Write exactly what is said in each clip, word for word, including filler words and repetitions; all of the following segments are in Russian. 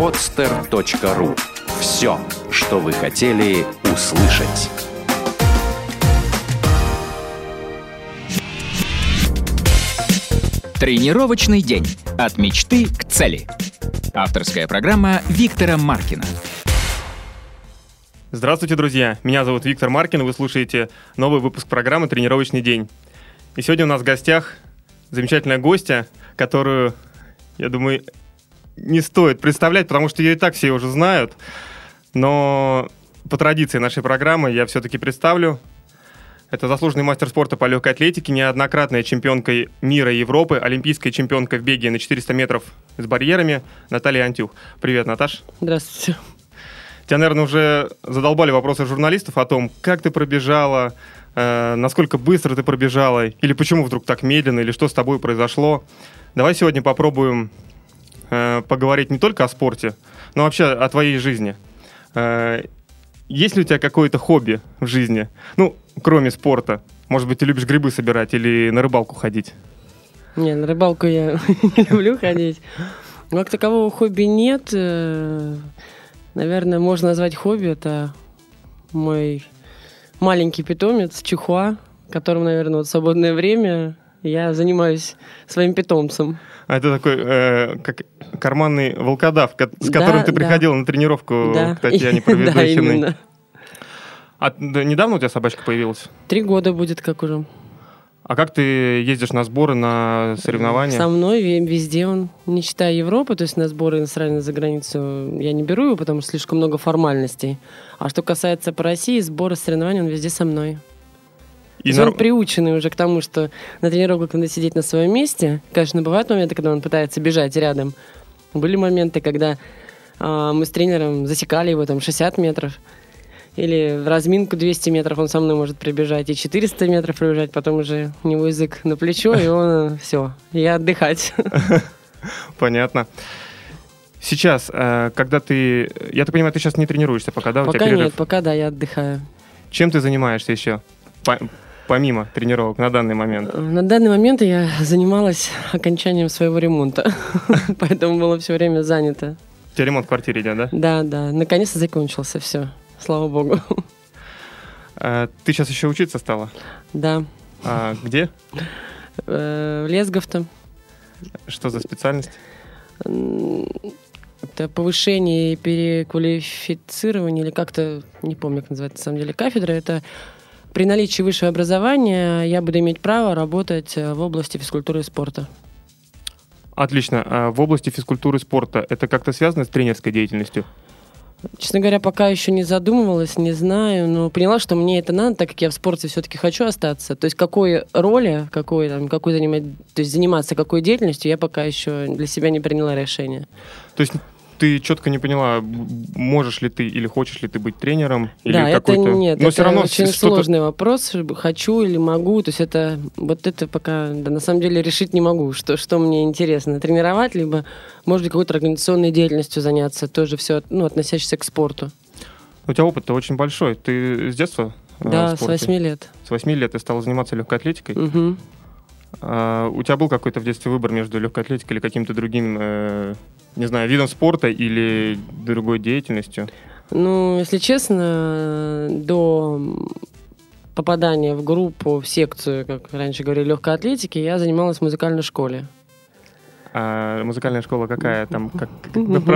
подстер точка ру. Все, что вы хотели услышать. Тренировочный день. От мечты к цели. Авторская программа Виктора Маркина. Здравствуйте, друзья! Меня зовут Виктор Маркин, вы слушаете новый выпуск программы «Тренировочный день». И сегодня у нас в гостях замечательная гостья, которую, я думаю, не стоит представлять, потому что ее и так все уже знают. Но по традиции нашей программы я все-таки представлю. Это заслуженный мастер спорта по легкой атлетике, неоднократная чемпионка мира и Европы, олимпийская чемпионка в беге на четыреста метров с барьерами Наталья Антюх. Привет, Наташ. Здравствуйте. Тебя, наверное, уже задолбали вопросы журналистов о том, как ты пробежала, э, насколько быстро ты пробежала, или почему вдруг так медленно, или что с тобой произошло. Давай сегодня попробуем э, поговорить не только о спорте, но вообще о твоей жизни. Э, есть ли у тебя какое-то хобби в жизни? Ну, кроме спорта. Может быть, ты любишь грибы собирать или на рыбалку ходить? Не, на рыбалку я не люблю ходить. Как такового хобби нет. Наверное, можно назвать хобби. Это мой маленький питомец Чихуа, которым, наверное, вот в свободное время я занимаюсь своим питомцем. А это такой, э, как карманный волкодав, с которым да, ты приходила да. на тренировку да. к Татьяне Проведущиной. Да, именно. А да, недавно у тебя собачка появилась? Три года будет как уже. А как ты ездишь на сборы, на соревнования? Со мной везде он, не считая Европы, то есть на сборы иностранные за границу я не беру его, потому что слишком много формальностей. А что касается по России, сборы, соревнования, он везде со мной. И на... Он приученный уже к тому, что на тренировках надо сидеть на своем месте. Конечно, бывают моменты, когда он пытается бежать рядом. Были моменты, когда э, мы с тренером засекали его там шестьдесят метров. Или в разминку двести метров он со мной может прибежать. И четыреста метров пробежать. Потом уже у него язык на плечо, и он все, я отдыхать. Понятно. Сейчас, когда ты... Я так понимаю, ты сейчас не тренируешься пока, да? Пока нет, пока да, я отдыхаю. Чем ты занимаешься еще? Помимо тренировок на данный момент? На данный момент я занималась окончанием своего ремонта. Поэтому было все время занято. У тебя ремонт в квартире идет, да? Да, да. Наконец-то закончился все. Слава богу. А, ты сейчас еще учиться стала? Да. А где? В Лесговто. Что за специальность? Это повышение и переквалифицирование, или как-то, не помню, как называется на самом деле, кафедра. Это при наличии высшего образования я буду иметь право работать в области физкультуры и спорта. Отлично. А в области физкультуры и спорта это как-то связано с тренерской деятельностью? Честно говоря, пока еще не задумывалась, не знаю, но поняла, что мне это надо, так как я в спорте все-таки хочу остаться. То есть какой роли, какой, там, какой занимать, то есть заниматься какой деятельностью, я пока еще для себя не приняла решение. То есть ты четко не поняла, можешь ли ты или хочешь ли ты быть тренером? Или да, это нет, но это все равно очень что-то... сложный вопрос, хочу или могу, то есть это вот это пока, да, на самом деле решить не могу, что, что мне интересно, тренировать, либо, может быть, какой-то организационной деятельностью заняться, тоже все, ну, относящееся к спорту. У тебя опыт-то очень большой, ты с детства? Да, с восьми лет. С восьми лет ты стала заниматься легкой атлетикой? Угу. А, у тебя был какой-то в детстве выбор между легкой атлетикой или каким-то другим, э, не знаю, видом спорта или другой деятельностью? Ну, если честно, до попадания в группу, в секцию, как раньше говорили, легкой атлетики, я занималась в музыкальной школе. А музыкальная школа какая там? Это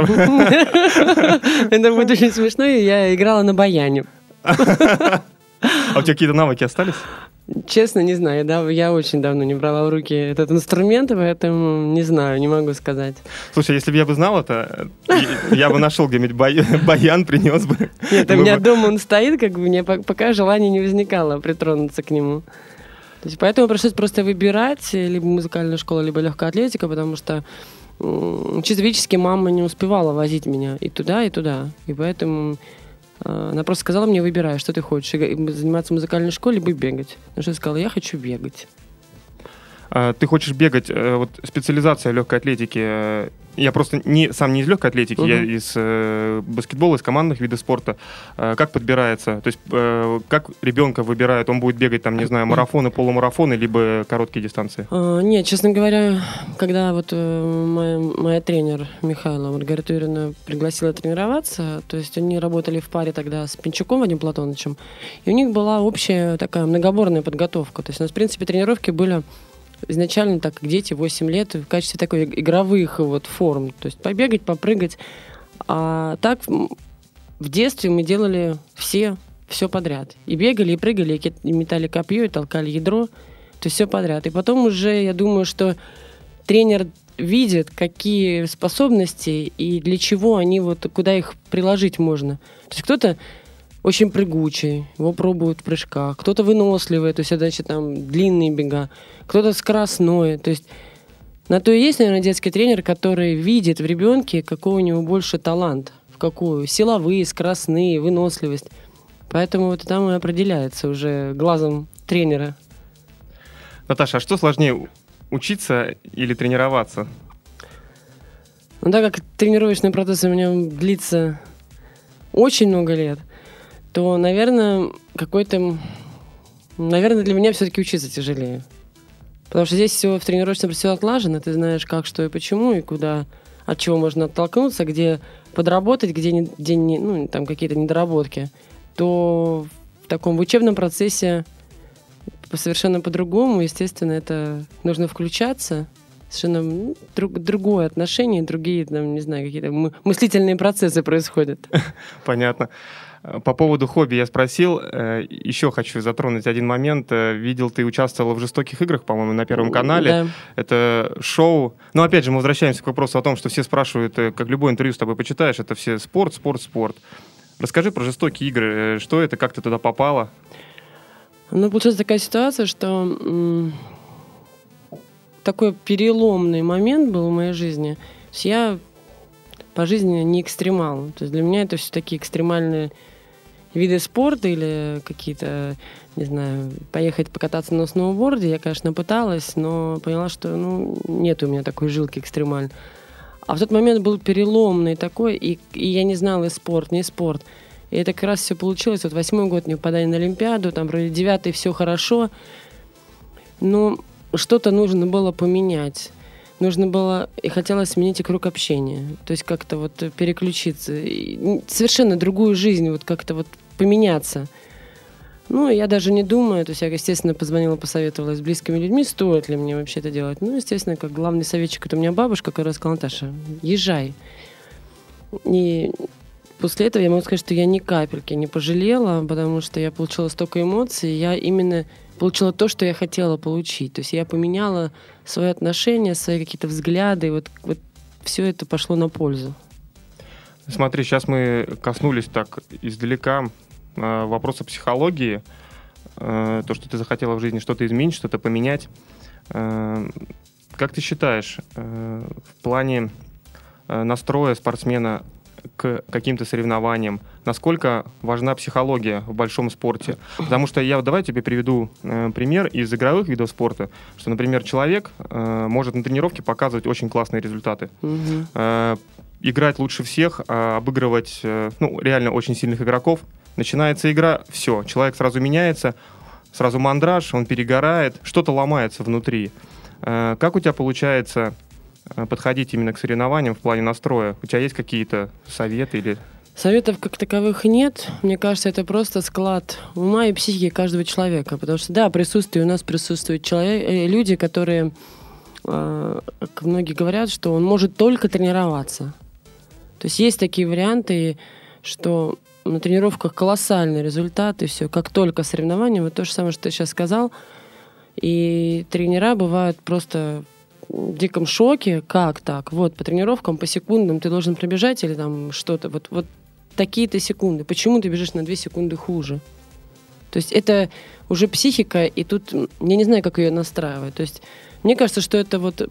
будет очень смешно, я играла на баяне. А у тебя какие-то навыки остались? Честно, не знаю. Да, я очень давно не брала в руки этот инструмент, поэтому не знаю, не могу сказать. Слушай, если бы я бы знал это, я бы нашел где-нибудь баян, принес бы. Нет, у меня дома он стоит, как бы мне пока желания не возникало притронуться к нему. То есть поэтому пришлось просто выбирать либо музыкальная школа, либо легкая атлетика, потому что чисто физически мама не успевала возить меня и туда, и туда. И поэтому... Она просто сказала мне, выбирай, что ты хочешь, заниматься в музыкальной школе, либо бегать. Потому что я сказала, я хочу бегать. Ты хочешь бегать, вот специализация легкой атлетики. Я просто не, сам не из легкой атлетики, uh-huh. я из э, баскетбола, из командных видов спорта. Э, как подбирается? То есть э, как ребенка выбирают? Он будет бегать, там, не знаю, марафоны, полумарафоны, либо короткие дистанции? Uh, нет, честно говоря, когда вот uh, моя, моя тренер Михайлова Маргарита Юрьевна пригласила тренироваться, то есть они работали в паре тогда с Пинчуком Вадимом Платоновичем, и у них была общая такая многоборная подготовка. То есть у нас, в принципе, тренировки были изначально так, как дети, восемь лет, в качестве такой игровых вот форм. То есть побегать, попрыгать. А так в детстве мы делали все, все подряд. И бегали, и прыгали, и метали копье, и толкали ядро. То есть все подряд. И потом уже, я думаю, что тренер видит, какие способности и для чего они, вот куда их приложить можно. То есть кто-то очень прыгучий, его пробуют в прыжках. Кто-то выносливый, то есть это, значит, там длинные бега. Кто-то скоростной. То есть на то и есть, наверное, детский тренер, который видит в ребенке, какой у него больше талант, в какую. Силовые, скоростные, выносливость. Поэтому вот там и определяется уже глазом тренера. Наташа, а что сложнее, учиться или тренироваться? Ну, так как тренировочный процесс у меня длится очень много лет, то, наверное, какой-то... Наверное, для меня все-таки учиться тяжелее. Потому что здесь все в тренировочном все отлажено, ты знаешь, как, что и почему, и куда, от чего можно оттолкнуться, где подработать, где, не, где не, ну, там какие-то недоработки. То в таком в учебном процессе совершенно по-другому, естественно, это нужно включаться, совершенно ну, друг, другое отношение, другие, там, не знаю, какие-то мы, мыслительные процессы происходят. Понятно. По поводу хобби я спросил, еще хочу затронуть один момент. Видел, ты участвовала в «Жестоких играх», по-моему, на Первом канале. Да. Это шоу. Но опять же, мы возвращаемся к вопросу о том, что все спрашивают, как любое интервью с тобой почитаешь, это все спорт, спорт, спорт. Расскажи про «Жестокие игры». Что это, как ты туда попала? Ну, получилась такая ситуация, что м- такой переломный момент был в моей жизни. То есть я по жизни не экстремал. То есть для меня это все такие экстремальные виды спорта или какие-то, не знаю, поехать покататься на сноуборде. Я, конечно, пыталась, но поняла, что ну, нет у меня такой жилки экстремальной. А в тот момент был переломный такой, и, и я не знала и спорт, не спорт. И это как раз все получилось. Вот восьмой год не попадание на Олимпиаду, там вроде девятый все хорошо. Но что-то нужно было поменять. Нужно было, и хотелось сменить и круг общения. То есть как-то вот переключиться. И совершенно другую жизнь, вот как-то вот поменяться. Ну, я даже не думаю. То есть я, естественно, позвонила, посоветовалась с близкими людьми, стоит ли мне вообще это делать. Ну, естественно, как главный советчик, это у меня бабушка, которая сказала: Наташа, езжай. И после этого я могу сказать, что я ни капельки не пожалела, потому что я получила столько эмоций. Я именно получила то, что я хотела получить. То есть я поменяла свои отношения, свои какие-то взгляды. И вот, вот все это пошло на пользу. Смотри, сейчас мы коснулись так издалека э, вопроса психологии. Э, то, что ты захотела в жизни что-то изменить, что-то поменять. Э, как ты считаешь, э, в плане э, настроя спортсмена к каким-то соревнованиям, насколько важна психология в большом спорте? Потому что я, давай тебе приведу э, пример из игровых видов спорта, что, например, человек э, может на тренировке показывать очень классные результаты, Угу. э, играть лучше всех, э, обыгрывать э, ну, реально очень сильных игроков. Начинается игра, все, человек сразу меняется, сразу мандраж, он перегорает, что-то ломается внутри. Э, как у тебя получается подходить именно к соревнованиям в плане настроя? У тебя есть какие-то советы или... Советов как таковых нет. Мне кажется, это просто склад ума и психики каждого человека. Потому что, да, присутствие у нас присутствуют человек, люди, которые, э, как многие говорят, что он может только тренироваться. То есть есть такие варианты, что на тренировках колоссальные результаты, все, как только соревнования, вот то же самое, что ты сейчас сказал. И тренера бывают просто в диком шоке. Как так? Вот, по тренировкам, по секундам ты должен пробежать или там что-то. Вот, вот такие-то секунды. Почему ты бежишь на две секунды хуже? То есть это уже психика, и тут я не знаю, как ее настраивать. То есть мне кажется, что это вот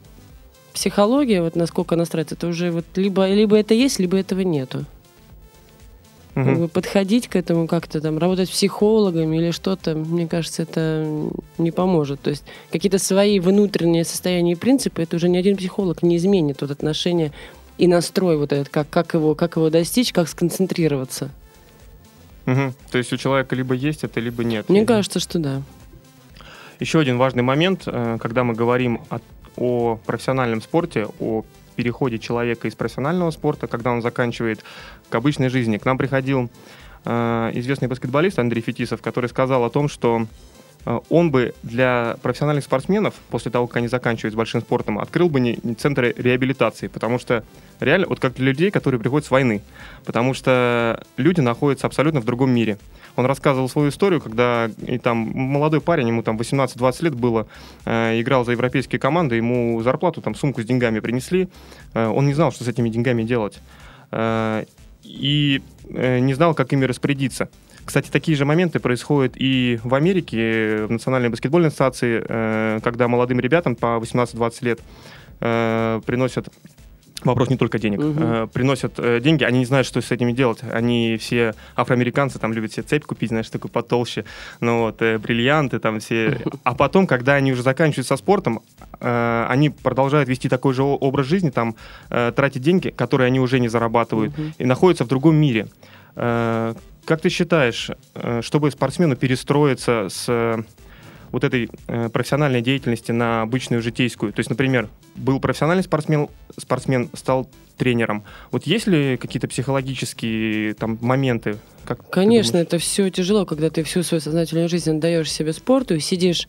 психология, вот насколько настраивается, это уже вот либо, либо это есть, либо этого нету. Угу. Как бы подходить к этому как-то там, работать психологами или что-то, мне кажется, это не поможет. То есть какие-то свои внутренние состояния и принципы, это уже ни один психолог не изменит вот отношение и настрой вот этот, как, как, его, как его достичь, как сконцентрироваться. Угу. То есть у человека либо есть это, либо нет. Мне либо... кажется, что да. Еще один важный момент, когда мы говорим о, о профессиональном спорте, о переходе человека из профессионального спорта, когда он заканчивает к обычной жизни. К нам приходил э, известный баскетболист Андрей Фетисов, который сказал о том, что э, он бы для профессиональных спортсменов, после того, как они заканчивают с большим спортом, открыл бы не, не центры реабилитации, потому что реально, вот как для людей, которые приходят с войны, потому что люди находятся абсолютно в другом мире. Он рассказывал свою историю, когда и там молодой парень, ему там восемнадцать-двадцать лет было, э, играл за европейские команды, ему зарплату, там сумку с деньгами принесли, э, он не знал, что с этими деньгами делать, э, и э, не знал, как ими распорядиться. Кстати, такие же моменты происходят и в Америке, в Национальной баскетбольной ассоциации, э, когда молодым ребятам по восемнадцать-двадцать лет э, приносят... Вопрос не только денег. Угу. Э, приносят э, деньги, они не знают, что с этими делать. Они все афроамериканцы, там любят себе цепь купить, знаешь, такую потолще, ну вот, э, бриллианты там все. А потом, когда они уже заканчивают со спортом, э, они продолжают вести такой же образ жизни, там, э, тратить деньги, которые они уже не зарабатывают, Угу. и находятся в другом мире. Э, как ты считаешь, э, чтобы спортсмену перестроиться с... Э, вот этой э, профессиональной деятельности на обычную житейскую. То есть, например, был профессиональный спортсмен, спортсмен стал тренером. Вот есть ли какие-то психологические там моменты? Как Конечно, это все тяжело, когда ты всю свою сознательную жизнь отдаешь себе спорту и сидишь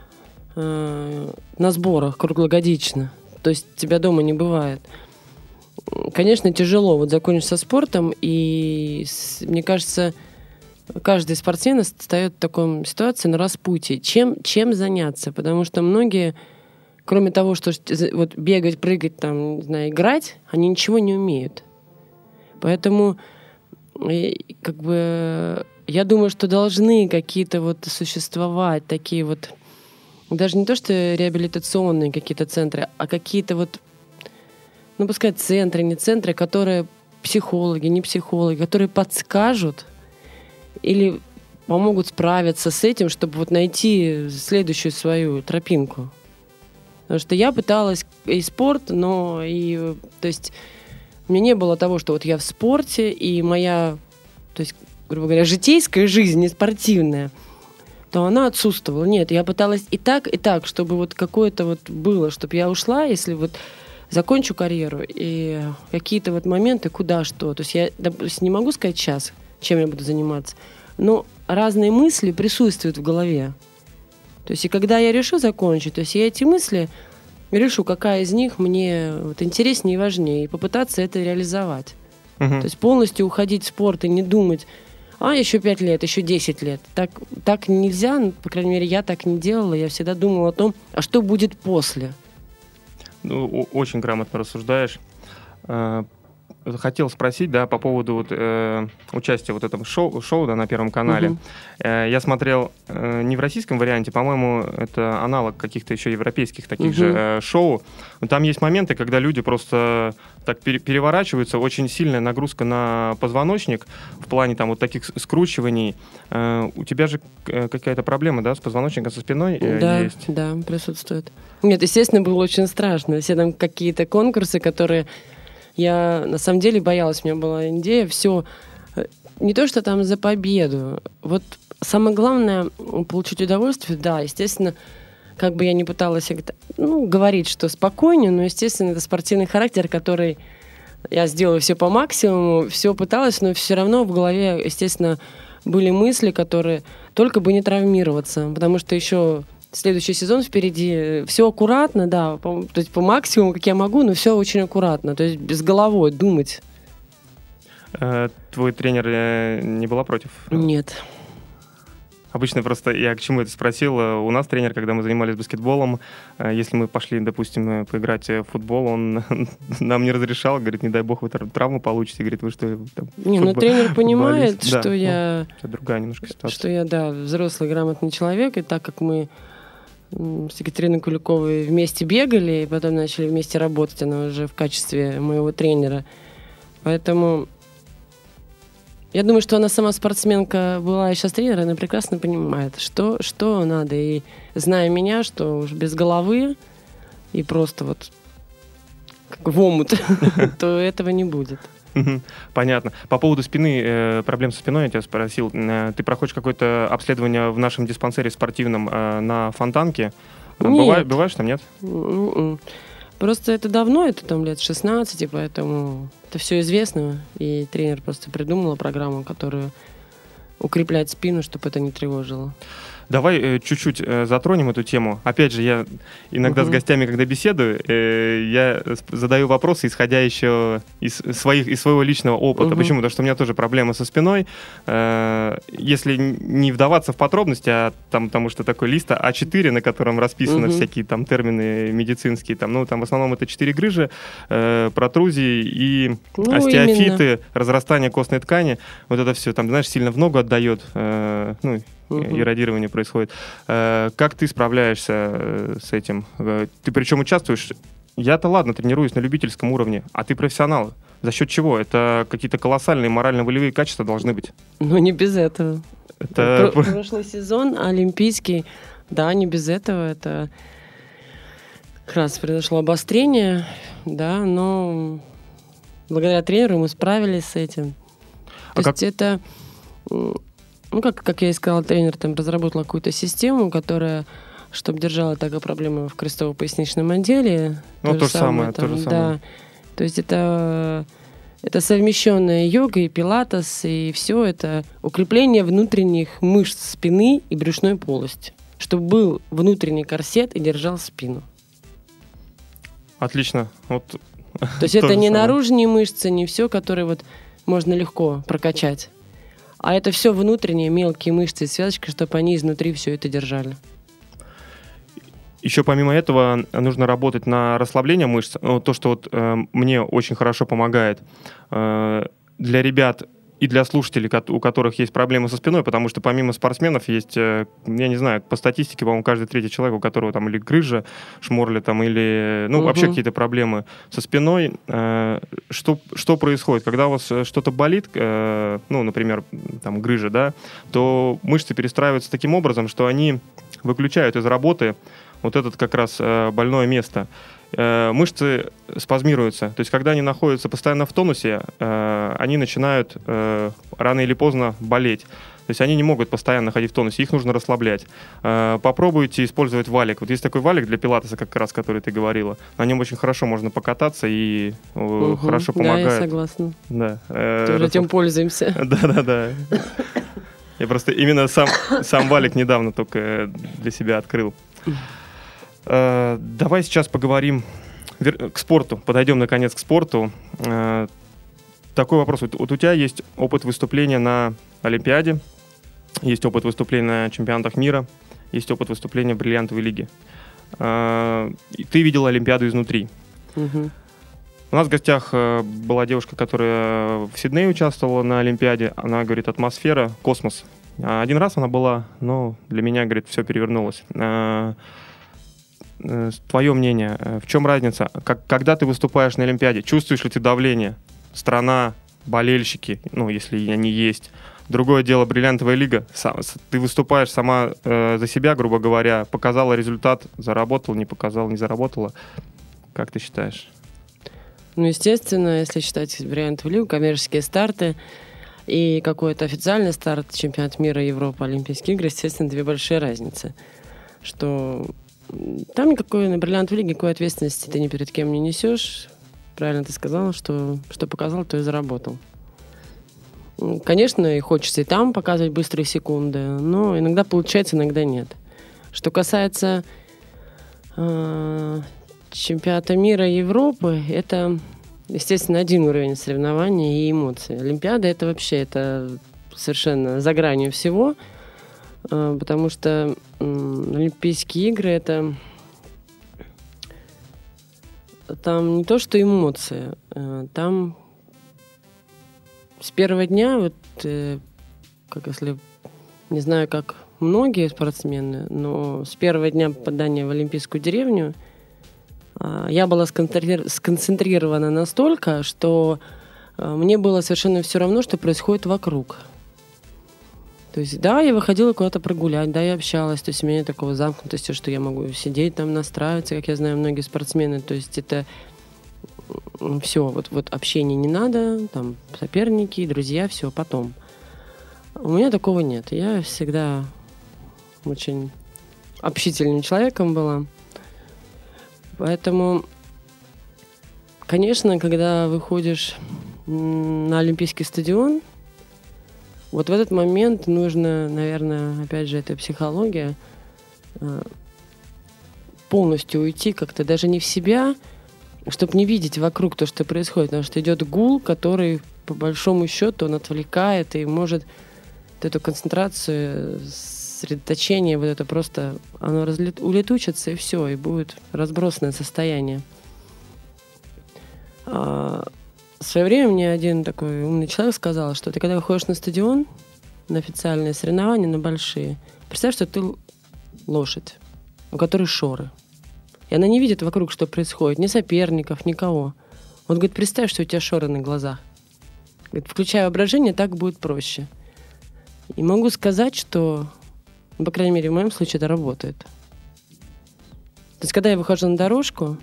э, на сборах круглогодично. То есть тебя дома не бывает. Конечно, тяжело вот закончить со спортом, и с, мне кажется, каждый спортсмен встает в такой ситуации на распутье. Чем, чем заняться? Потому что многие, кроме того, что вот бегать, прыгать, там, не знаю, играть, они ничего не умеют. Поэтому как бы я думаю, что должны какие-то вот существовать такие вот, даже не то, что реабилитационные какие-то центры, а какие-то вот, ну, пускай центры, не центры, которые психологи, не психологи, которые подскажут или помогут справиться с этим, чтобы вот найти следующую свою тропинку. Потому что я пыталась и спорт, но и... То есть у меня не было того, что вот я в спорте, и моя, то есть, грубо говоря, житейская жизнь, не спортивная, то она отсутствовала. Нет, я пыталась и так, и так, чтобы вот какое-то вот было, чтобы я ушла, если вот закончу карьеру, и какие-то вот моменты, куда что. То есть я, допустим, не могу сказать сейчас, чем я буду заниматься, но разные мысли присутствуют в голове. То есть и когда я решу закончить, то есть я эти мысли решу, какая из них мне вот интереснее и важнее, и попытаться это реализовать. Угу. То есть полностью уходить в спорт и не думать, а, еще пять лет, еще десять лет. Так, так нельзя, по крайней мере, я так не делала. Я всегда думала о том, а что будет после. Ну, очень грамотно рассуждаешь. Хотел спросить, да, по поводу вот, э, участия вот этого шоу, шоу да, на Первом канале. Угу. Э, я смотрел э, не в российском варианте, по-моему, это аналог каких-то еще европейских таких угу. же э, шоу. Но там есть моменты, когда люди просто так пере- переворачиваются, очень сильная нагрузка на позвоночник в плане там вот таких скручиваний. Э, у тебя же какая-то проблема, да, с позвоночником, со спиной э, да, есть? Да, присутствует. Нет, естественно, было очень страшно. Все там какие-то конкурсы, которые... Я на самом деле боялась, у меня была идея, все, не то, что там за победу. Вот самое главное получить удовольствие, да, естественно, как бы я не пыталась ну, говорить, что спокойнее, но, естественно, это спортивный характер, который я сделала все по максимуму, все пыталась, но все равно в голове, естественно, были мысли, которые только бы не травмироваться, потому что еще... Следующий сезон впереди. Все аккуратно, да, по, то есть по максимуму, как я могу, но все очень аккуратно. То есть без головой думать. Э, твой тренер э, не была против? Нет. Обычно просто я к чему это спросил. У нас тренер, когда мы занимались баскетболом, если мы пошли, допустим, поиграть в футбол, он нам не разрешал, говорит, не дай бог вы травму получите, говорит, вы что? Там, не, ну тренер понимает, да, что ну, я... Это другая немножко ситуация. Что я, да, взрослый, грамотный человек, и так как мы с Екатериной Куликовой вместе бегали, и потом начали вместе работать, она уже в качестве моего тренера. Поэтому Я думаю, что она сама спортсменка была и сейчас тренер, она прекрасно понимает, что, что надо. И зная меня, что уж без головы и просто вот как в омут, то этого не будет. Понятно. По поводу спины, э, проблем со спиной я тебя спросил. Э, ты проходишь какое-то обследование в нашем диспансере спортивном э, на Фонтанке? Бываешь, бываешь там, нет? М-м. Просто это давно, это там лет шестнадцать, и поэтому это все известно. И тренер просто придумала программу, которая укрепляет спину, чтобы это не тревожило. Давай э, чуть-чуть э, затронем эту тему. Опять же, я иногда uh-huh. с гостями, когда беседую, э, я задаю вопросы, исходя еще из, своих, из своего личного опыта. Uh-huh. Почему? Потому что у меня тоже проблемы со спиной. Э, если не вдаваться в подробности, а там, потому что такой лист а четыре, на котором расписаны uh-huh. всякие там термины медицинские, там, ну, там в основном это четыре грыжи, э, протрузии и ну, остеофиты, именно. Разрастание костной ткани. Вот это все, там, знаешь, сильно в ногу отдает, э, ну, Uh-huh. иррадирование происходит. Э, как ты справляешься э, с этим? Э, ты причем участвуешь? Я-то ладно, тренируюсь на любительском уровне, а ты профессионал. За счет чего? Это какие-то колоссальные морально-волевые качества должны быть. Ну, не без этого. Это... Про- прошлый сезон олимпийский, да, не без этого. Это как раз произошло обострение, да, но благодаря тренеру мы справились с этим. То а есть как... это... Ну, как, как я и сказала, тренер там разработал какую-то систему, которая, чтобы держала такие проблемы в крестово-поясничном отделе. Ну, то, то же самое, там, то же да. самое. То есть это, это совмещенная йога и пилатес, и все это укрепление внутренних мышц спины и брюшной полости, чтобы был внутренний корсет и держал спину. Отлично. Вот. То есть это не наружные мышцы, не все, которые вот можно легко прокачать. А это все внутренние мелкие мышцы и связочки, чтобы они изнутри все это держали. Еще помимо этого нужно работать на расслабление мышц. То, что вот, э, мне очень хорошо помогает э, для ребят и для слушателей, у которых есть проблемы со спиной, потому что помимо спортсменов есть, я не знаю, по статистике, по-моему, каждый третий человек, у которого там или грыжа, шморля там, или, ну, угу. вообще какие-то проблемы со спиной. Что, что происходит? Когда у вас что-то болит, ну, например, там, грыжа, да, то мышцы перестраиваются таким образом, что они выключают из работы вот это как раз больное место. Мышцы спазмируются. То есть, когда они находятся постоянно в тонусе, э, они начинают э, рано или поздно болеть. То есть, они не могут постоянно ходить в тонусе, их нужно расслаблять. Э, попробуйте использовать валик. Вот есть такой валик для пилатеса, как раз, который ты говорила. На нем очень хорошо можно покататься и э, угу. хорошо помогает. Да, я согласна. Да. Э, Тоже этим пользуемся. Да-да-да. Я просто именно сам, сам валик недавно только для себя открыл. Uh, давай сейчас поговорим вер... к спорту. Подойдем, наконец, к спорту. Uh, такой вопрос. Вот, вот у тебя есть опыт выступления на Олимпиаде, есть опыт выступления на чемпионатах мира, есть опыт выступления в бриллиантовой лиге. Uh, ты видела Олимпиаду изнутри. Uh-huh. У нас в гостях uh, была девушка, которая в Сиднее участвовала на Олимпиаде. Она говорит, атмосфера, космос. Uh, один раз она была, но для меня, говорит, все перевернулось. Uh, Твое мнение, в чем разница? Как, когда ты выступаешь на Олимпиаде, чувствуешь ли ты давление? Страна, болельщики, ну, если они есть. Другое дело, бриллиантовая лига. Сам, ты выступаешь сама э, за себя, грубо говоря, показала результат, заработала, не показала, не заработала. Как ты считаешь? Ну, естественно, если считать бриллиантовую лигу, коммерческие старты и какой-то официальный старт, чемпионат мира, Европа, Олимпийские игры, естественно, две большие разницы. Что... Там никакой на бриллиантовой лиге никакой ответственности ты ни перед кем не несешь. Правильно ты сказала, что, что показал, то и заработал. Конечно, и хочется и там показывать быстрые секунды, но иногда получается, иногда нет. Что касается э, чемпионата мира и Европы, это, естественно, один уровень соревнований и эмоций. Олимпиада — это вообще это совершенно за гранью всего. Потому что м, Олимпийские игры — это там не то, что эмоции. Там с первого дня, вот, как если, не знаю, как многие спортсмены, но с первого дня попадания в Олимпийскую деревню я была сконцентрирована настолько, что мне было совершенно все равно, что происходит вокруг. То есть, да, я выходила куда-то прогулять, да, я общалась, то есть у меня нет такого замкнутости, что я могу сидеть там, настраиваться, как я знаю, многие спортсмены, то есть это все, вот, вот общение не надо, там, соперники, друзья, все, потом. У меня такого нет, я всегда очень общительным человеком была, поэтому, конечно, когда выходишь на Олимпийский стадион, вот в этот момент нужно, наверное, опять же, это психология, полностью уйти как-то даже не в себя, чтобы не видеть вокруг то, что происходит, потому что идет гул, который, по большому счету, он отвлекает и может вот эту концентрацию, сосредоточение, вот это просто, оно разлет, улетучится, и все, и будет разбросанное состояние. В свое время мне один такой умный человек сказал, что ты когда выходишь на стадион, на официальные соревнования, на большие, представь, что ты лошадь, у которой шоры. И она не видит вокруг, что происходит, ни соперников, никого. Он говорит, представь, что у тебя шоры на глазах. Говорит, включая воображение, так будет проще. И могу сказать, что, ну, по крайней мере, в моем случае это работает. То есть, когда я выхожу на дорожку,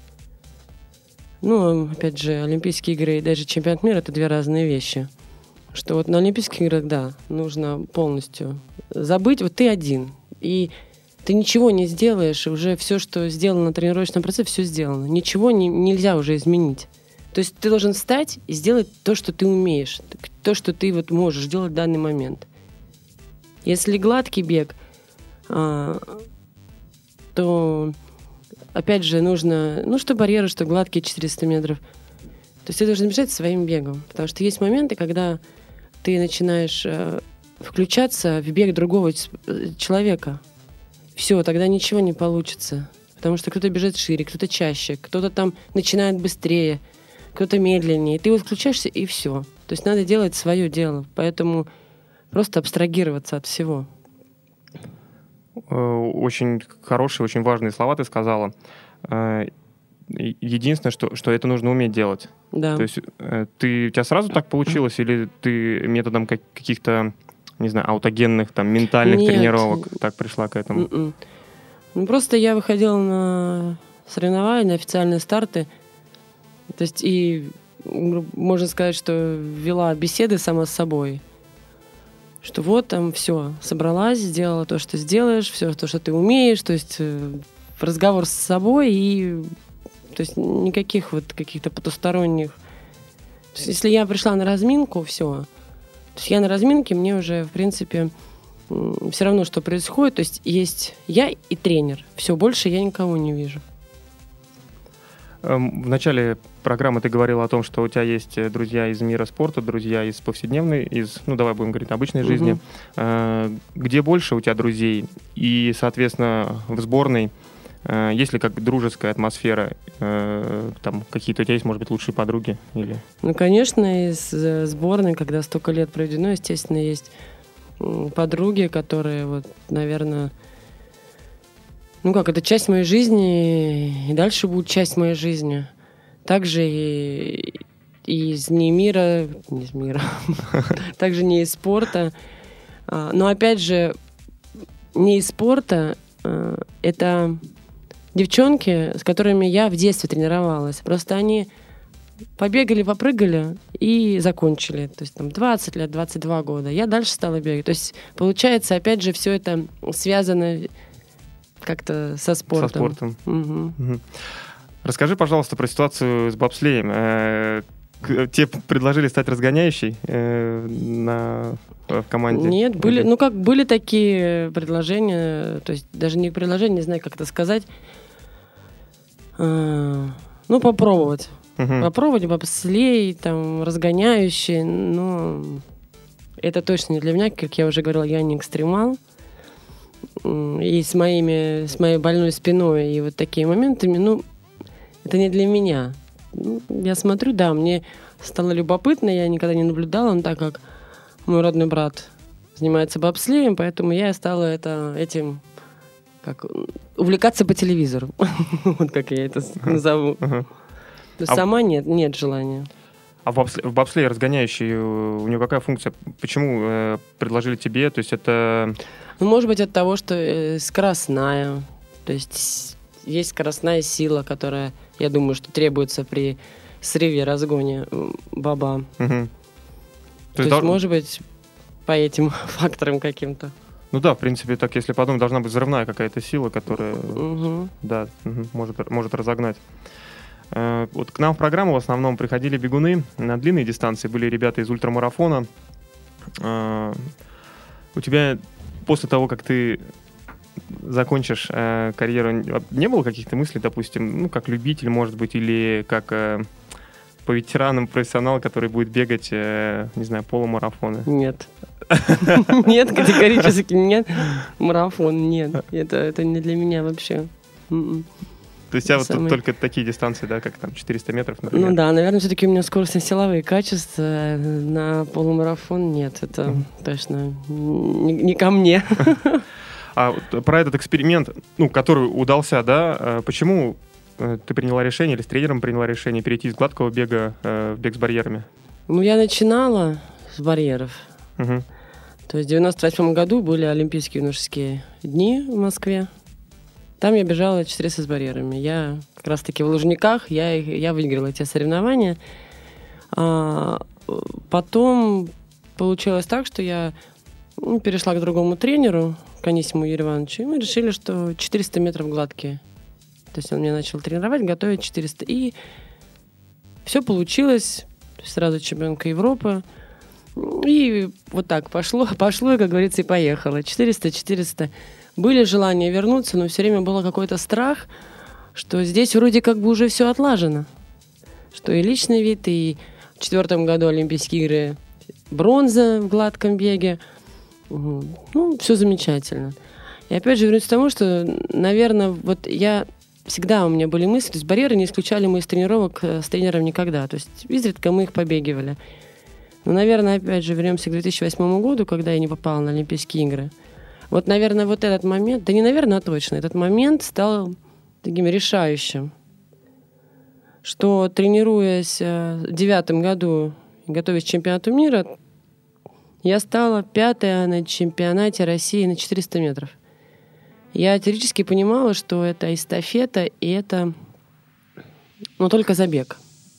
ну, опять же, Олимпийские игры и даже чемпионат мира — это две разные вещи. Что вот на Олимпийских играх, да, нужно полностью забыть, вот ты один, и ты ничего не сделаешь, уже все, что сделано на тренировочном процессе, все сделано. Ничего не, нельзя уже изменить. То есть ты должен встать и сделать то, что ты умеешь, то, что ты вот можешь делать в данный момент. Если гладкий бег, а, то... Опять же, нужно, ну, что барьеры, что гладкие четыреста метров. То есть ты должен бежать своим бегом. Потому что есть моменты, когда ты начинаешь э, включаться в бег другого человека. Все, тогда ничего не получится. Потому что кто-то бежит шире, кто-то чаще, кто-то там начинает быстрее, кто-то медленнее. И ты вот включаешься, и все. То есть надо делать свое дело. Поэтому просто абстрагироваться от всего. Очень хорошие, очень важные слова ты сказала. Единственное, что, что это нужно уметь делать. Да. То есть ты, у тебя сразу так получилось, или ты методом как, каких-то, не знаю, аутогенных, там, ментальных Нет. тренировок так пришла к этому? Mm-mm. Ну, просто я выходила на соревнования, на официальные старты. То есть и, можно сказать, что вела беседы сама с собой. Что вот там все, собралась, сделала то, что сделаешь, все то, что ты умеешь, то есть э, разговор с собой и то есть никаких вот каких-то потусторонних. То есть, если я пришла на разминку, все. То есть я на разминке, мне уже, в принципе, э, все равно, что происходит. То есть есть я и тренер. Все, больше я никого не вижу. В начале программы ты говорила о том, что у тебя есть друзья из мира спорта, друзья из повседневной, из, ну давай будем говорить, обычной жизни. Uh-huh. Где больше у тебя друзей? И, соответственно, в сборной есть ли как дружеская атмосфера? Там какие-то у тебя есть, может быть, лучшие подруги? Или... Ну, конечно, из сборной, когда столько лет проведено, естественно, есть подруги, которые, вот, наверное... Ну как, это часть моей жизни, и дальше будет часть моей жизни. Также и, и из не мира, не из мира, также не из спорта. Но опять же, не из спорта, это девчонки, с которыми я в детстве тренировалась. Просто они побегали, попрыгали и закончили. То есть там двадцать лет, двадцать два года. Я дальше стала бегать. То есть получается, опять же, все это связано... как-то со спортом. Со спортом. Угу. Угу. Расскажи, пожалуйста, про ситуацию с бобслеем. Э, тебе предложили стать разгоняющей э, на, в команде? Нет, были, ну как, были такие предложения, то есть даже не предложения, не знаю, как это сказать. Э, ну, попробовать. Угу. Попробовать бобслей, там, разгоняющий, но это точно не для меня, как я уже говорила, я не экстремал. И с моими, с моей больной спиной и вот такими моментами, ну, это не для меня. Ну, я смотрю, да, мне стало любопытно, я никогда не наблюдала, но так как мой родной брат занимается бобслеем, поэтому я стала это, этим как, увлекаться по телевизору. Вот как я это назову. Но сама нет, нет желания. А в, бобсле, в бобслее разгоняющий, у него какая функция? Почему э, предложили тебе? То есть это... Ну, может быть, от того, что э, скоростная. То есть есть скоростная сила, которая, я думаю, что требуется при срыве, разгоне боба. Угу. То, То есть, есть, может быть, по этим факторам каким-то. Ну да, в принципе, так, если подумать, должна быть взрывная какая-то сила, которая угу. да, угу, может, может разогнать. Вот к нам в программу в основном приходили бегуны на длинные дистанции, были ребята из ультрамарафона. У тебя после того, как ты закончишь карьеру, не было каких-то мыслей, допустим, ну, как любитель, может быть, или как по ветеранам профессионал, который будет бегать, не знаю, полумарафоны? Нет. Нет, категорически нет. Марафон нет. Это не для меня вообще. То есть у тебя вот тут только такие дистанции, да, как там четыреста метров, например? Ну да, наверное, все-таки у меня скоростно-силовые качества. На полумарафон нет, это mm. точно не, не ко мне. А про этот эксперимент, ну, который удался, да, почему ты приняла решение или с тренером приняла решение перейти из гладкого бега в бег с барьерами? Ну, я начинала с барьеров. Угу. То есть в девяносто восьмом году были Олимпийские юношеские дни в Москве. Там я бежала четыреста с барьерами. Я как раз-таки в Лужниках, я, я выиграла эти соревнования. А, потом получилось так, что я ну, перешла к другому тренеру, к Анисиму Юрию Ивановичу, и мы решили, что четыреста метров гладкие. То есть он меня начал тренировать, готовить четыреста. И все получилось. Сразу чемпионка Европы. И вот так пошло, пошло, и, как говорится, и поехало. четыреста четыреста. Были желания вернуться, но все время был какой-то страх, что здесь вроде как бы уже все отлажено. Что и личный вид, и в четвертом году Олимпийские игры бронза в гладком беге. Ну, все замечательно. И опять же вернусь к тому, что, наверное, вот я... Всегда у меня были мысли, то есть барьеры не исключали мы из тренировок с тренером никогда. То есть изредка мы их побегивали. Но, наверное, опять же вернемся к две тысячи восьмому году, когда я не попала на Олимпийские игры. Вот, наверное, вот этот момент, да не наверное, а точно, этот момент стал таким решающим, что, тренируясь в девятом году, готовясь к чемпионату мира, я стала пятая на чемпионате России на четыреста метров. Я теоретически понимала, что это эстафета, и это, ну, только забег.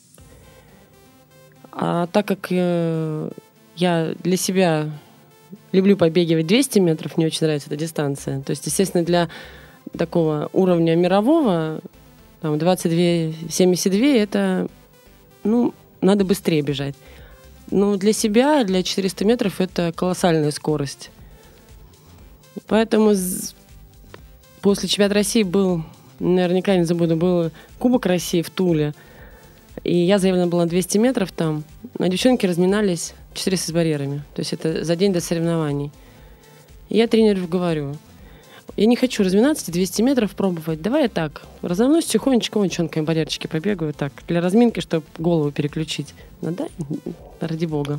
А так как э, я для себя люблю побегивать двести метров, мне очень нравится эта дистанция. То есть, естественно, для такого уровня мирового там, двадцать два семьдесят два это, ну, надо быстрее бежать. Но для себя, для четырёхсот метров это колоссальная скорость. Поэтому после чемпионата России был, наверняка не забуду, был Кубок России в Туле. И я заявлена была на двести метров там, а девчонки разминались четыреста с барьерами. То есть это за день до соревнований. И я тренеру говорю, я не хочу разминаться, двести метров пробовать. Давай я так, разомнусь тихонечко, девчонками барьерчики побегаю так, для разминки, чтобы голову переключить. Ну да, ради бога.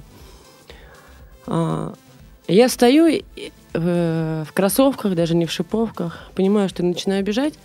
А, я стою и, в, в кроссовках, даже не в шиповках, понимаю, что начинаю бежать,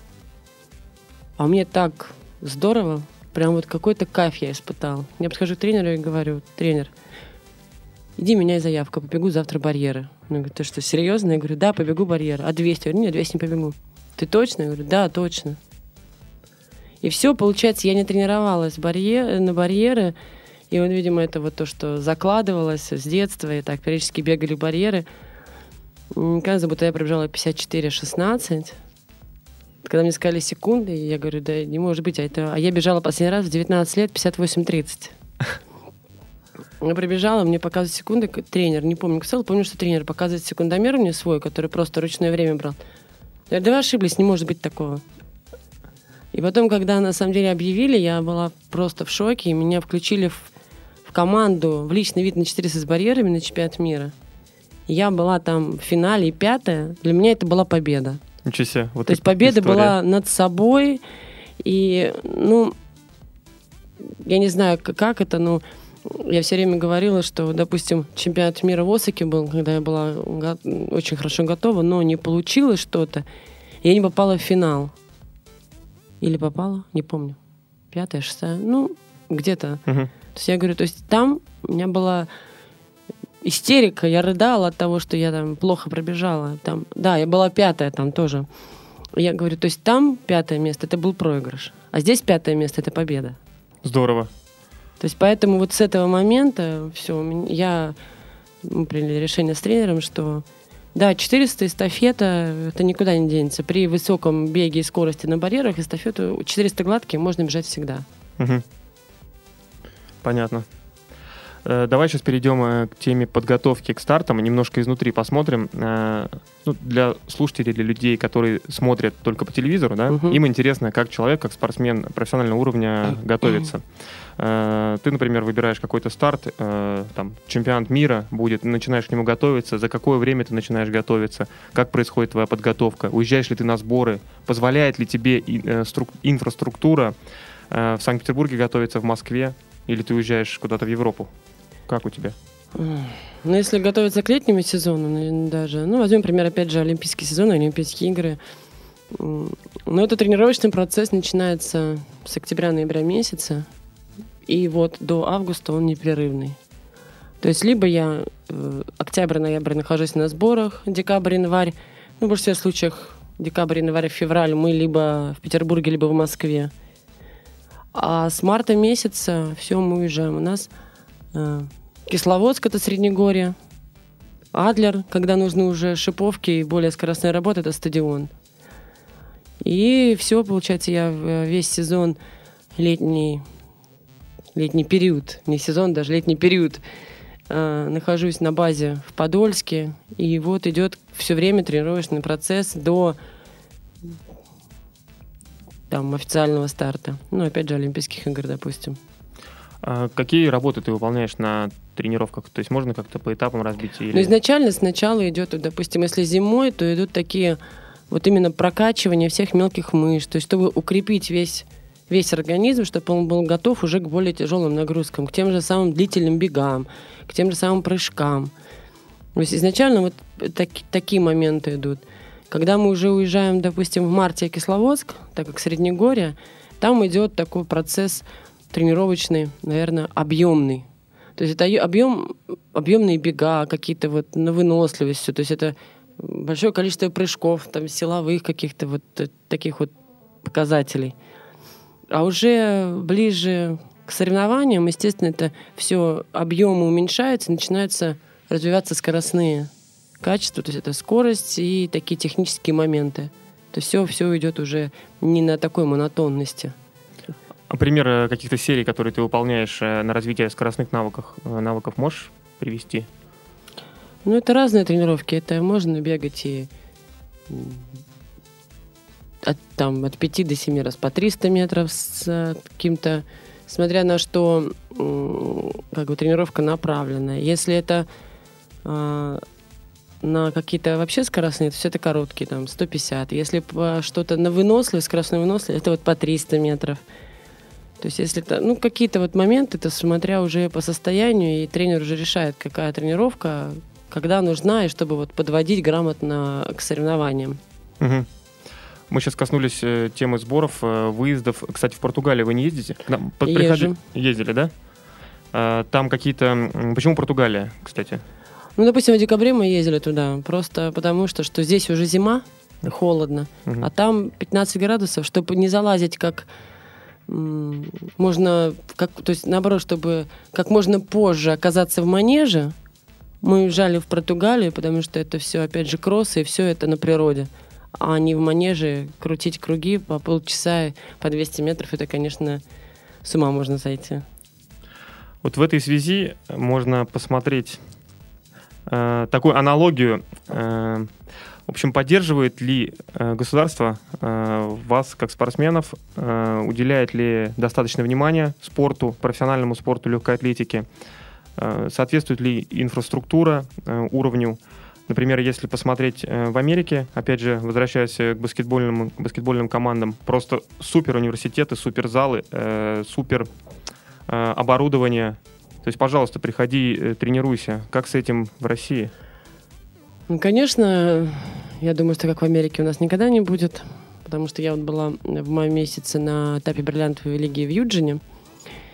а мне так здорово, прям вот какой-то кайф я испытал. Я подхожу к тренеру и говорю, тренер, иди меняй заявку, побегу завтра барьеры. Он говорит, ты что, серьезно? Я говорю, да, побегу барьеры. А двести? Я говорю, нет, двести не побегу. Ты точно? Я говорю, да, точно. И все, получается, я не тренировалась барьер, на барьеры, и вот, видимо, это вот то, что закладывалось с детства, и так периодически бегали барьеры. Кажется, будто я пробежала пятьдесят четыре шестнадцать. Когда мне сказали секунды, я говорю, да не может быть, а, это... а я бежала последний раз в девятнадцать лет пятьдесят восемь тридцать. Я пробежала, мне показывают секунды, тренер, не помню, кто, помню, что тренер показывает секундомер мне свой, который просто ручное время брал. Я говорю, да вы ошиблись, не может быть такого. И потом, когда на самом деле объявили, я была просто в шоке, и меня включили в, в команду, в личный вид на четыреста с барьерами на чемпионат мира. И я была там в финале, пятая, для меня это была победа. Ничего себе. Вот то есть победа история. Была над собой, и, ну, я не знаю, как это, но я все время говорила, что, допустим, чемпионат мира в Осаке был, когда я была го- очень хорошо готова, но не получилось что-то, и я не попала в финал. Или попала? Не помню. Пятая, шестая, ну, где-то. Угу. То есть я говорю, то есть там у меня была истерика, я рыдала от того, что я там плохо пробежала. Там, да, я была пятая там тоже. Я говорю, то есть там пятое место, это был проигрыш, а здесь пятое место, это победа. Здорово. То есть поэтому вот с этого момента все, я мы приняли решение с тренером, что да, четыреста эстафета, это никуда не денется. При высоком беге и скорости на барьерах эстафету четыреста гладкие можно бежать всегда. Угу. Понятно. Давай сейчас перейдем к теме подготовки к стартам, немножко изнутри посмотрим. Ну, для слушателей, для людей, которые смотрят только по телевизору, да, uh-huh. им интересно, как человек, как спортсмен профессионального уровня готовится. Uh-huh. Ты, например, выбираешь какой-то старт, там, чемпионат мира будет, начинаешь к нему готовиться, за какое время ты начинаешь готовиться, как происходит твоя подготовка, уезжаешь ли ты на сборы, позволяет ли тебе инфраструктура в Санкт-Петербурге готовиться, в Москве, или ты уезжаешь куда-то в Европу? Как у тебя? Ну, если готовиться к летнему сезону, наверное, даже, ну, возьмем, например, опять же, Олимпийский сезон, Олимпийские игры. Но это тренировочный процесс начинается с октября-ноября месяца, и вот до августа он непрерывный. То есть либо я э, октябрь-ноябрь нахожусь на сборах, декабрь-январь, ну, в большинстве случаев декабрь, январь, февраль мы либо в Петербурге, либо в Москве. А с марта месяца все, мы уезжаем. У нас э, Кисловодск — это Среднегорье. Адлер, когда нужны уже шиповки и более скоростная работа, это стадион. И все, получается, я весь сезон, летний, летний период, не сезон, даже летний период, э, нахожусь на базе в Подольске. И вот идет все время тренировочный процесс до там, официального старта. Ну, опять же, Олимпийских игр, допустим. А какие работы ты выполняешь на тренировках? То есть можно как-то по этапам разбить? Или... Ну, изначально сначала идет, допустим, если зимой, то идут такие вот именно прокачивания всех мелких мышц, то есть чтобы укрепить весь, весь организм, чтобы он был готов уже к более тяжелым нагрузкам, к тем же самым длительным бегам, к тем же самым прыжкам. То есть изначально вот так, такие моменты идут. Когда мы уже уезжаем, допустим, в марте в Кисловодск, так как Среднегорье, там идет такой процесс тренировочный, наверное, объемный. То есть это объем, объемные бега, какие-то вот на выносливость, все. То есть это большое количество прыжков, там, силовых каких-то вот таких вот показателей. А уже ближе к соревнованиям, естественно, это все объемы уменьшаются, начинаются развиваться скоростные качества, то есть это скорость и такие технические моменты. То есть все, все идет уже не на такой монотонности. А пример каких-то серий, которые ты выполняешь на развитие скоростных навыков, навыков можешь привести? Ну, это разные тренировки. Это можно бегать и от, там, от пяти до семи раз по триста метров с каким-то, смотря на что, как бы, тренировка направлена. Если это а, на какие-то вообще скоростные, то все это короткие, там, сто пятьдесят. Если что-то на выносливость, скоростной выносливость, это вот по триста метров. То есть если это, ну, какие-то вот моменты, это смотря уже по состоянию, и тренер уже решает, какая тренировка, когда нужна, и чтобы вот подводить грамотно к соревнованиям. Угу. Мы сейчас коснулись э, темы сборов, э, выездов. Кстати, в Португалию вы не ездите? Нам под, приходи... Ездили, да? А, там какие-то... Почему Португалия, кстати? Ну, допустим, в декабре мы ездили туда, просто потому что, что здесь уже зима, холодно, угу. А там пятнадцать градусов, чтобы не залазить как... Можно, как, то есть наоборот, чтобы как можно позже оказаться в манеже, мы уезжали в Португалию, потому что это все, опять же, кроссы, и все это на природе. А не в манеже крутить круги по полчаса, по двести метров, это, конечно, с ума можно сойти. Вот в этой связи можно посмотреть э, такую аналогию. Э, В общем, поддерживает ли э, государство э, вас, как спортсменов, э, уделяет ли достаточно внимания спорту, профессиональному спорту, легкой атлетике, э, соответствует ли инфраструктура э, уровню? Например, если посмотреть э, в Америке, опять же, возвращаясь к баскетбольным, баскетбольным командам, просто супер университеты, супер залы, э, супер э, оборудование. То есть, пожалуйста, приходи, э, тренируйся. Как с этим в России? Ну, конечно, я думаю, что как в Америке у нас никогда не будет, потому что я вот была в мае месяце на этапе бриллиантовой лиги в Юджине,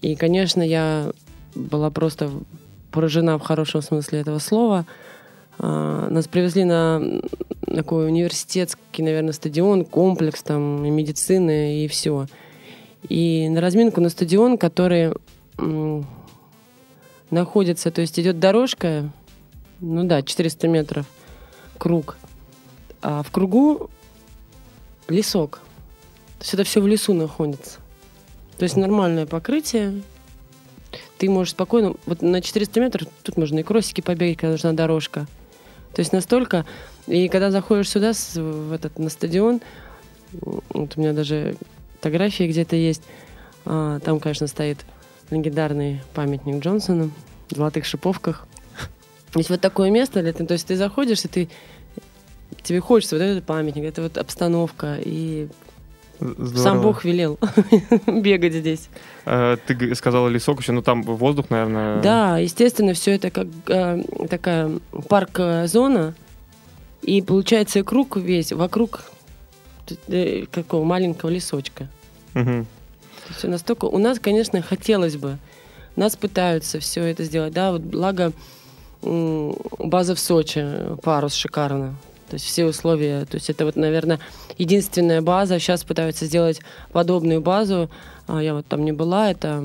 И, конечно, я была просто поражена в хорошем смысле этого слова. Нас привезли на такой университетский, наверное, стадион, комплекс там и медицины, и все. И на разминку на стадион, который м, находится, то есть идет дорожка, ну да, четыреста метров, круг. А в кругу лесок. То есть это все в лесу находится. То есть нормальное покрытие. Ты можешь спокойно... Вот на четыреста метров тут можно и кроссики побегать, когда нужна дорожка. То есть настолько... И когда заходишь сюда, в этот, на стадион, вот у меня даже фотографии где-то есть, а, там, конечно, стоит легендарный памятник Джонсону в золотых шиповках. Есть вот такое место, то есть ты заходишь, и ты, тебе хочется вот этот памятник, это вот обстановка, и здорово. Сам Бог велел бегать здесь. А, ты сказала лесок еще, ну там воздух, наверное... Да, естественно, все это как э, такая парк-зона, и получается круг весь вокруг э, какого маленького лесочка. Угу. Все настолько... У нас, конечно, хотелось бы, нас пытаются все это сделать, да, вот благо м- база в Сочи, парус шикарно. То есть все условия, то есть это вот, наверное, единственная база. Сейчас пытаются сделать подобную базу. Я вот там не была, это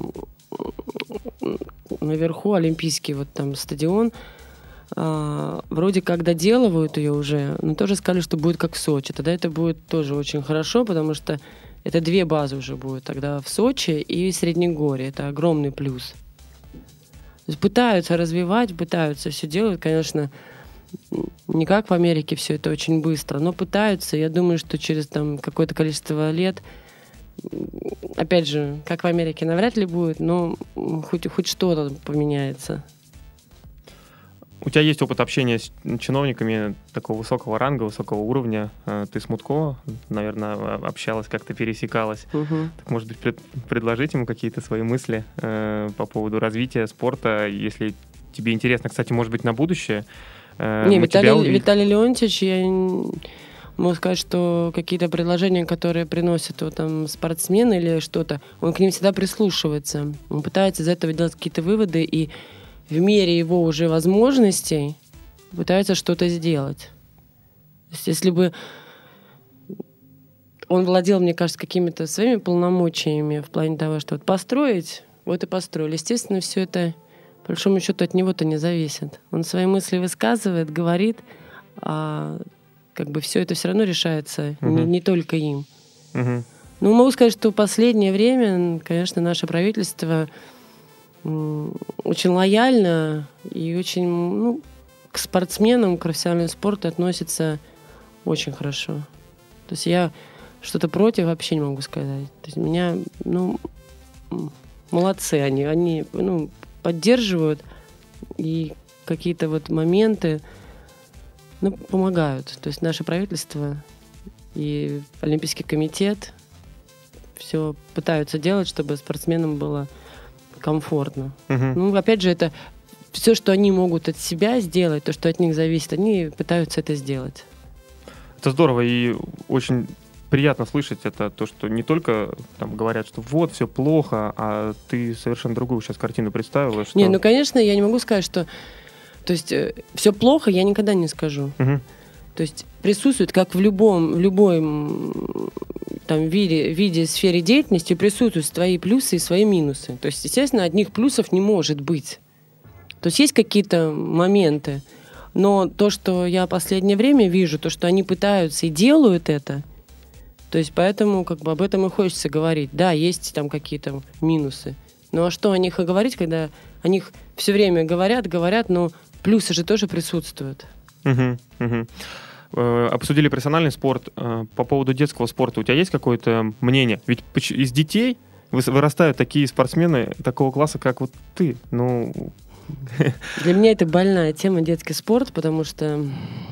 наверху олимпийский вот там стадион. Вроде как доделывают ее уже, но тоже сказали, что будет как в Сочи. Тогда это будет тоже очень хорошо, потому что это две базы уже будут. Тогда в Сочи и Среднегорье. Это огромный плюс. То есть пытаются развивать, пытаются все делать, конечно. Не как в Америке все это очень быстро, но пытаются. Я думаю, что через там какое-то количество лет, опять же, как в Америке навряд ли будет, но хоть, хоть что-то поменяется. У тебя есть опыт общения с чиновниками такого высокого ранга, высокого уровня. Ты с Мутко, наверное, общалась, как-то пересекалась. Угу. Так, может быть, пред, предложить ему какие-то свои мысли э, по поводу развития спорта, если тебе интересно, кстати, может быть, на будущее. Не, Виталий, Виталий Леонтьевич, я могу сказать, что какие-то предложения, которые приносят вот, там, спортсмены или что-то, он к ним всегда прислушивается. Он пытается из этого делать какие-то выводы и в мере его уже возможностей пытается что-то сделать. То есть если бы он владел, мне кажется, какими-то своими полномочиями в плане того, что вот построить, вот и построили. Естественно, все это по большому счету от него-то не зависит. Он свои мысли высказывает, говорит, а как бы все это все равно решается uh-huh. не, не только им. Uh-huh. Ну, могу сказать, что в последнее время, конечно, наше правительство м, очень лояльно и очень, ну, к спортсменам, к профессиональному спорту относится очень хорошо. То есть я что-то против вообще не могу сказать. То есть меня, ну, молодцы они, они, ну, поддерживают и какие-то вот моменты, ну, помогают. То есть наше правительство и Олимпийский комитет все пытаются делать, чтобы спортсменам было комфортно. Uh-huh. Ну, опять же, это все, что они могут от себя сделать, то, что от них зависит, они пытаются это сделать. Это здорово и очень приятно слышать это, то, что не только там говорят, что вот, все плохо, а ты совершенно другую сейчас картину представила. Что... Не, ну, конечно, я не могу сказать, что... То есть э, все плохо я никогда не скажу. Угу. То есть присутствует, как в любом, в любой там, виде, виде, сфере деятельности, присутствуют свои плюсы и свои минусы. То есть, естественно, одних плюсов не может быть. То есть есть какие-то моменты, но то, что я в последнее время вижу, то, что они пытаются и делают это, то есть поэтому как бы об этом и хочется говорить. Да, есть там какие-то минусы. Ну а что о них и говорить, когда о них все время говорят, говорят, но плюсы же тоже присутствуют. Угу, угу. Э, обсудили профессиональный спорт. Э, по поводу детского спорта у тебя есть какое-то мнение? Ведь из детей вырастают такие спортсмены такого класса, как вот ты. Ну... Для меня это больная тема, детский спорт, потому что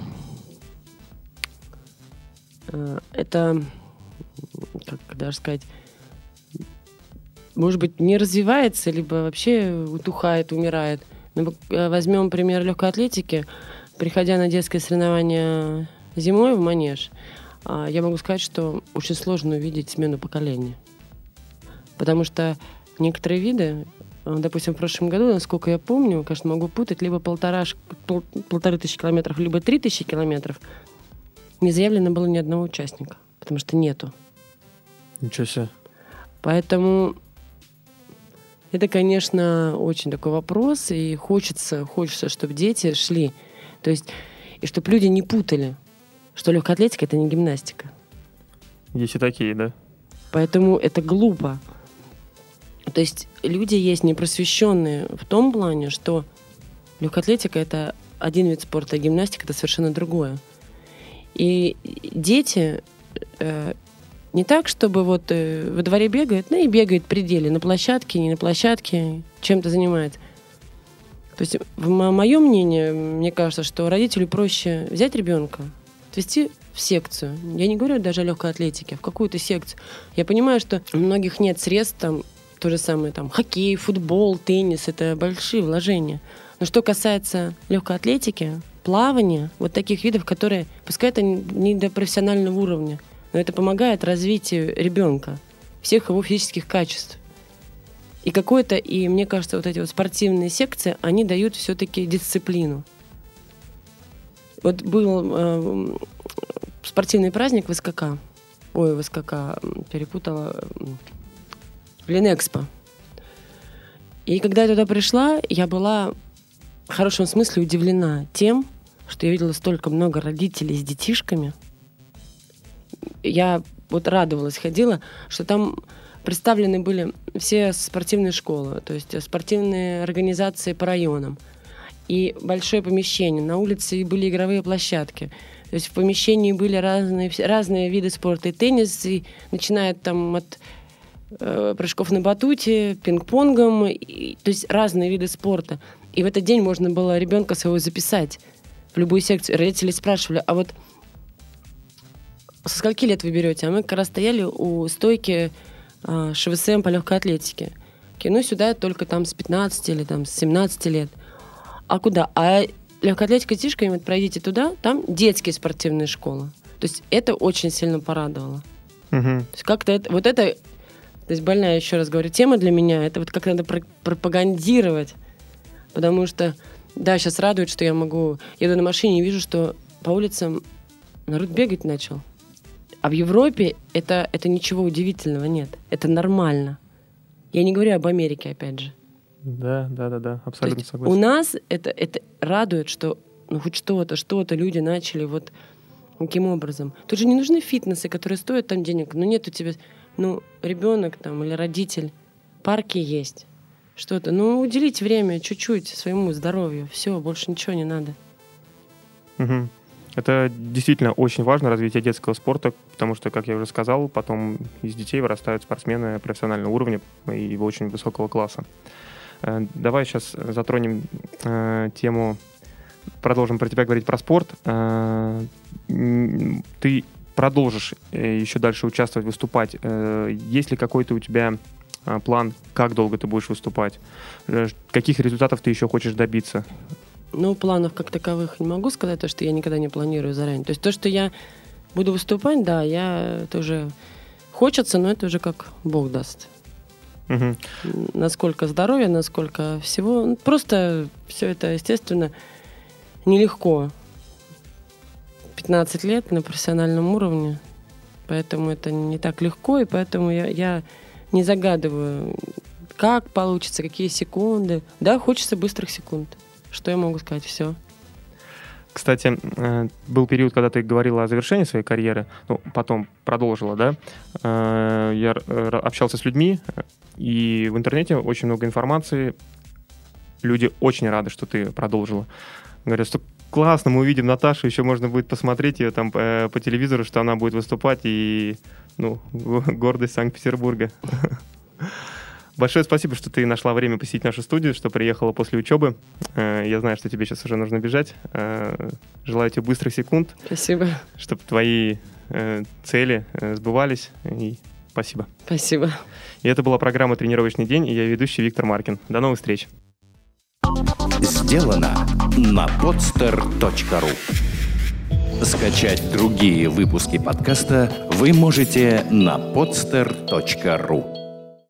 э, это... как даже сказать, может быть, не развивается, либо вообще утухает, умирает. Но возьмем пример легкой атлетики. Приходя на детское соревнование зимой в манеж, я могу сказать, что очень сложно увидеть смену поколения. Потому что некоторые виды, допустим, в прошлом году, насколько я помню, конечно, могу путать, либо полтора, пол, полторы тысячи километров, либо три тысячи километров, не заявлено было ни одного участника, потому что нету. Ничего себе. Поэтому это, конечно, очень такой вопрос, и хочется, хочется, чтобы дети шли, то есть, и чтобы люди не путали, что легкая атлетика — это не гимнастика. Есть и такие, да? Поэтому это глупо. То есть люди есть непросвещенные в том плане, что легкая атлетика — это один вид спорта, а гимнастика — это совершенно другое. И дети э, не так, чтобы вот э, во дворе бегают, ну и бегают в пределе, на площадке, не на площадке, чем-то занимается. То есть, в моем мнении, мне кажется, что родителю проще взять ребенка, отвезти в секцию. Я не говорю даже о легкой атлетике, а в какую-то секцию. Я понимаю, что у многих нет средств, там, то же самое, там, хоккей, футбол, теннис, это большие вложения. Но что касается легкой атлетики, плавания, вот таких видов, которые, пускай это не до профессионального уровня, но это помогает развитию ребенка, всех его физических качеств. И какой-то, и мне кажется, вот эти вот спортивные секции, они дают все-таки дисциплину. Вот был э, спортивный праздник в СКК, ой, в СКК, перепутала, Ленэкспо. И когда я туда пришла, я была в хорошем смысле удивлена тем, что я видела столько много родителей с детишками. Я вот радовалась, ходила, что там представлены были все спортивные школы, то есть спортивные организации по районам. И большое помещение. На улице были игровые площадки. То есть в помещении были разные, разные виды спорта. И теннис, и начиная там от э, прыжков на батуте, пинг-понгом. И, то есть разные виды спорта. И в этот день можно было ребенка своего записать в любую секцию. Родители спрашивали, а вот со скольки лет вы берете? А мы как раз стояли у стойки э, ШВСМ по легкой атлетике. Ну, сюда только там с пятнадцати или там с семнадцати лет. А куда? А легкая атлетика с детишками, вот пройдите туда, там детские спортивные школы. То есть это очень сильно порадовало. Угу. То есть как-то это, вот это, то есть больная, еще раз говорю, тема для меня, это вот как надо пропагандировать. Потому что, да, сейчас радует, что я могу, еду на машине и вижу, что по улицам народ бегать начал. А в Европе это, это ничего удивительного нет. Это нормально. Я не говорю об Америке, опять же. Да, да, да, да, абсолютно согласен. У нас это, это радует, что ну, хоть что-то, что-то люди начали вот таким образом. Тут же не нужны фитнесы, которые стоят там денег. Ну, нет у тебя, ну, ребенок там или родитель, парки есть, что-то. Ну, уделить время чуть-чуть своему здоровью. Все, больше ничего не надо. Угу. Это действительно очень важно, развитие детского спорта, потому что, как я уже сказал, потом из детей вырастают спортсмены профессионального уровня и очень высокого класса. Давай сейчас затронем э, тему, продолжим про тебя говорить, про спорт. Э, ты продолжишь э, еще дальше участвовать, выступать. Э, есть ли какой-то у тебя э, план, как долго ты будешь выступать? Э, каких результатов ты еще хочешь добиться? Ну, планов как таковых не могу сказать, то, что я никогда не планирую заранее. То есть то, что я буду выступать, да, я, это уже хочется, но это уже как Бог даст. Угу. Насколько здоровья, насколько всего. Просто все это, естественно, нелегко. пятнадцать лет на профессиональном уровне, поэтому это не так легко, и поэтому я, я не загадываю, как получится, какие секунды. Да, хочется быстрых секунд. Что я могу сказать? Все. Кстати, был период, когда ты говорила о завершении своей карьеры, ну, потом продолжила, да? Я общался с людьми, и в интернете очень много информации. Люди очень рады, что ты продолжила. Говорят, что классно, мы увидим Наташу, еще можно будет посмотреть ее там по, по телевизору, что она будет выступать, и, ну, гордость Санкт-Петербурга. Большое спасибо, что ты нашла время посетить нашу студию, что приехала после учебы. Я знаю, что тебе сейчас уже нужно бежать. Желаю тебе быстрых секунд. Спасибо. Чтобы твои цели сбывались. И спасибо. Спасибо. И это была программа «Тренировочный день», и я ведущий Виктор Маркин. До новых встреч. Сделано на podster точка ру. Скачать другие выпуски подкаста вы можете на podster точка ру.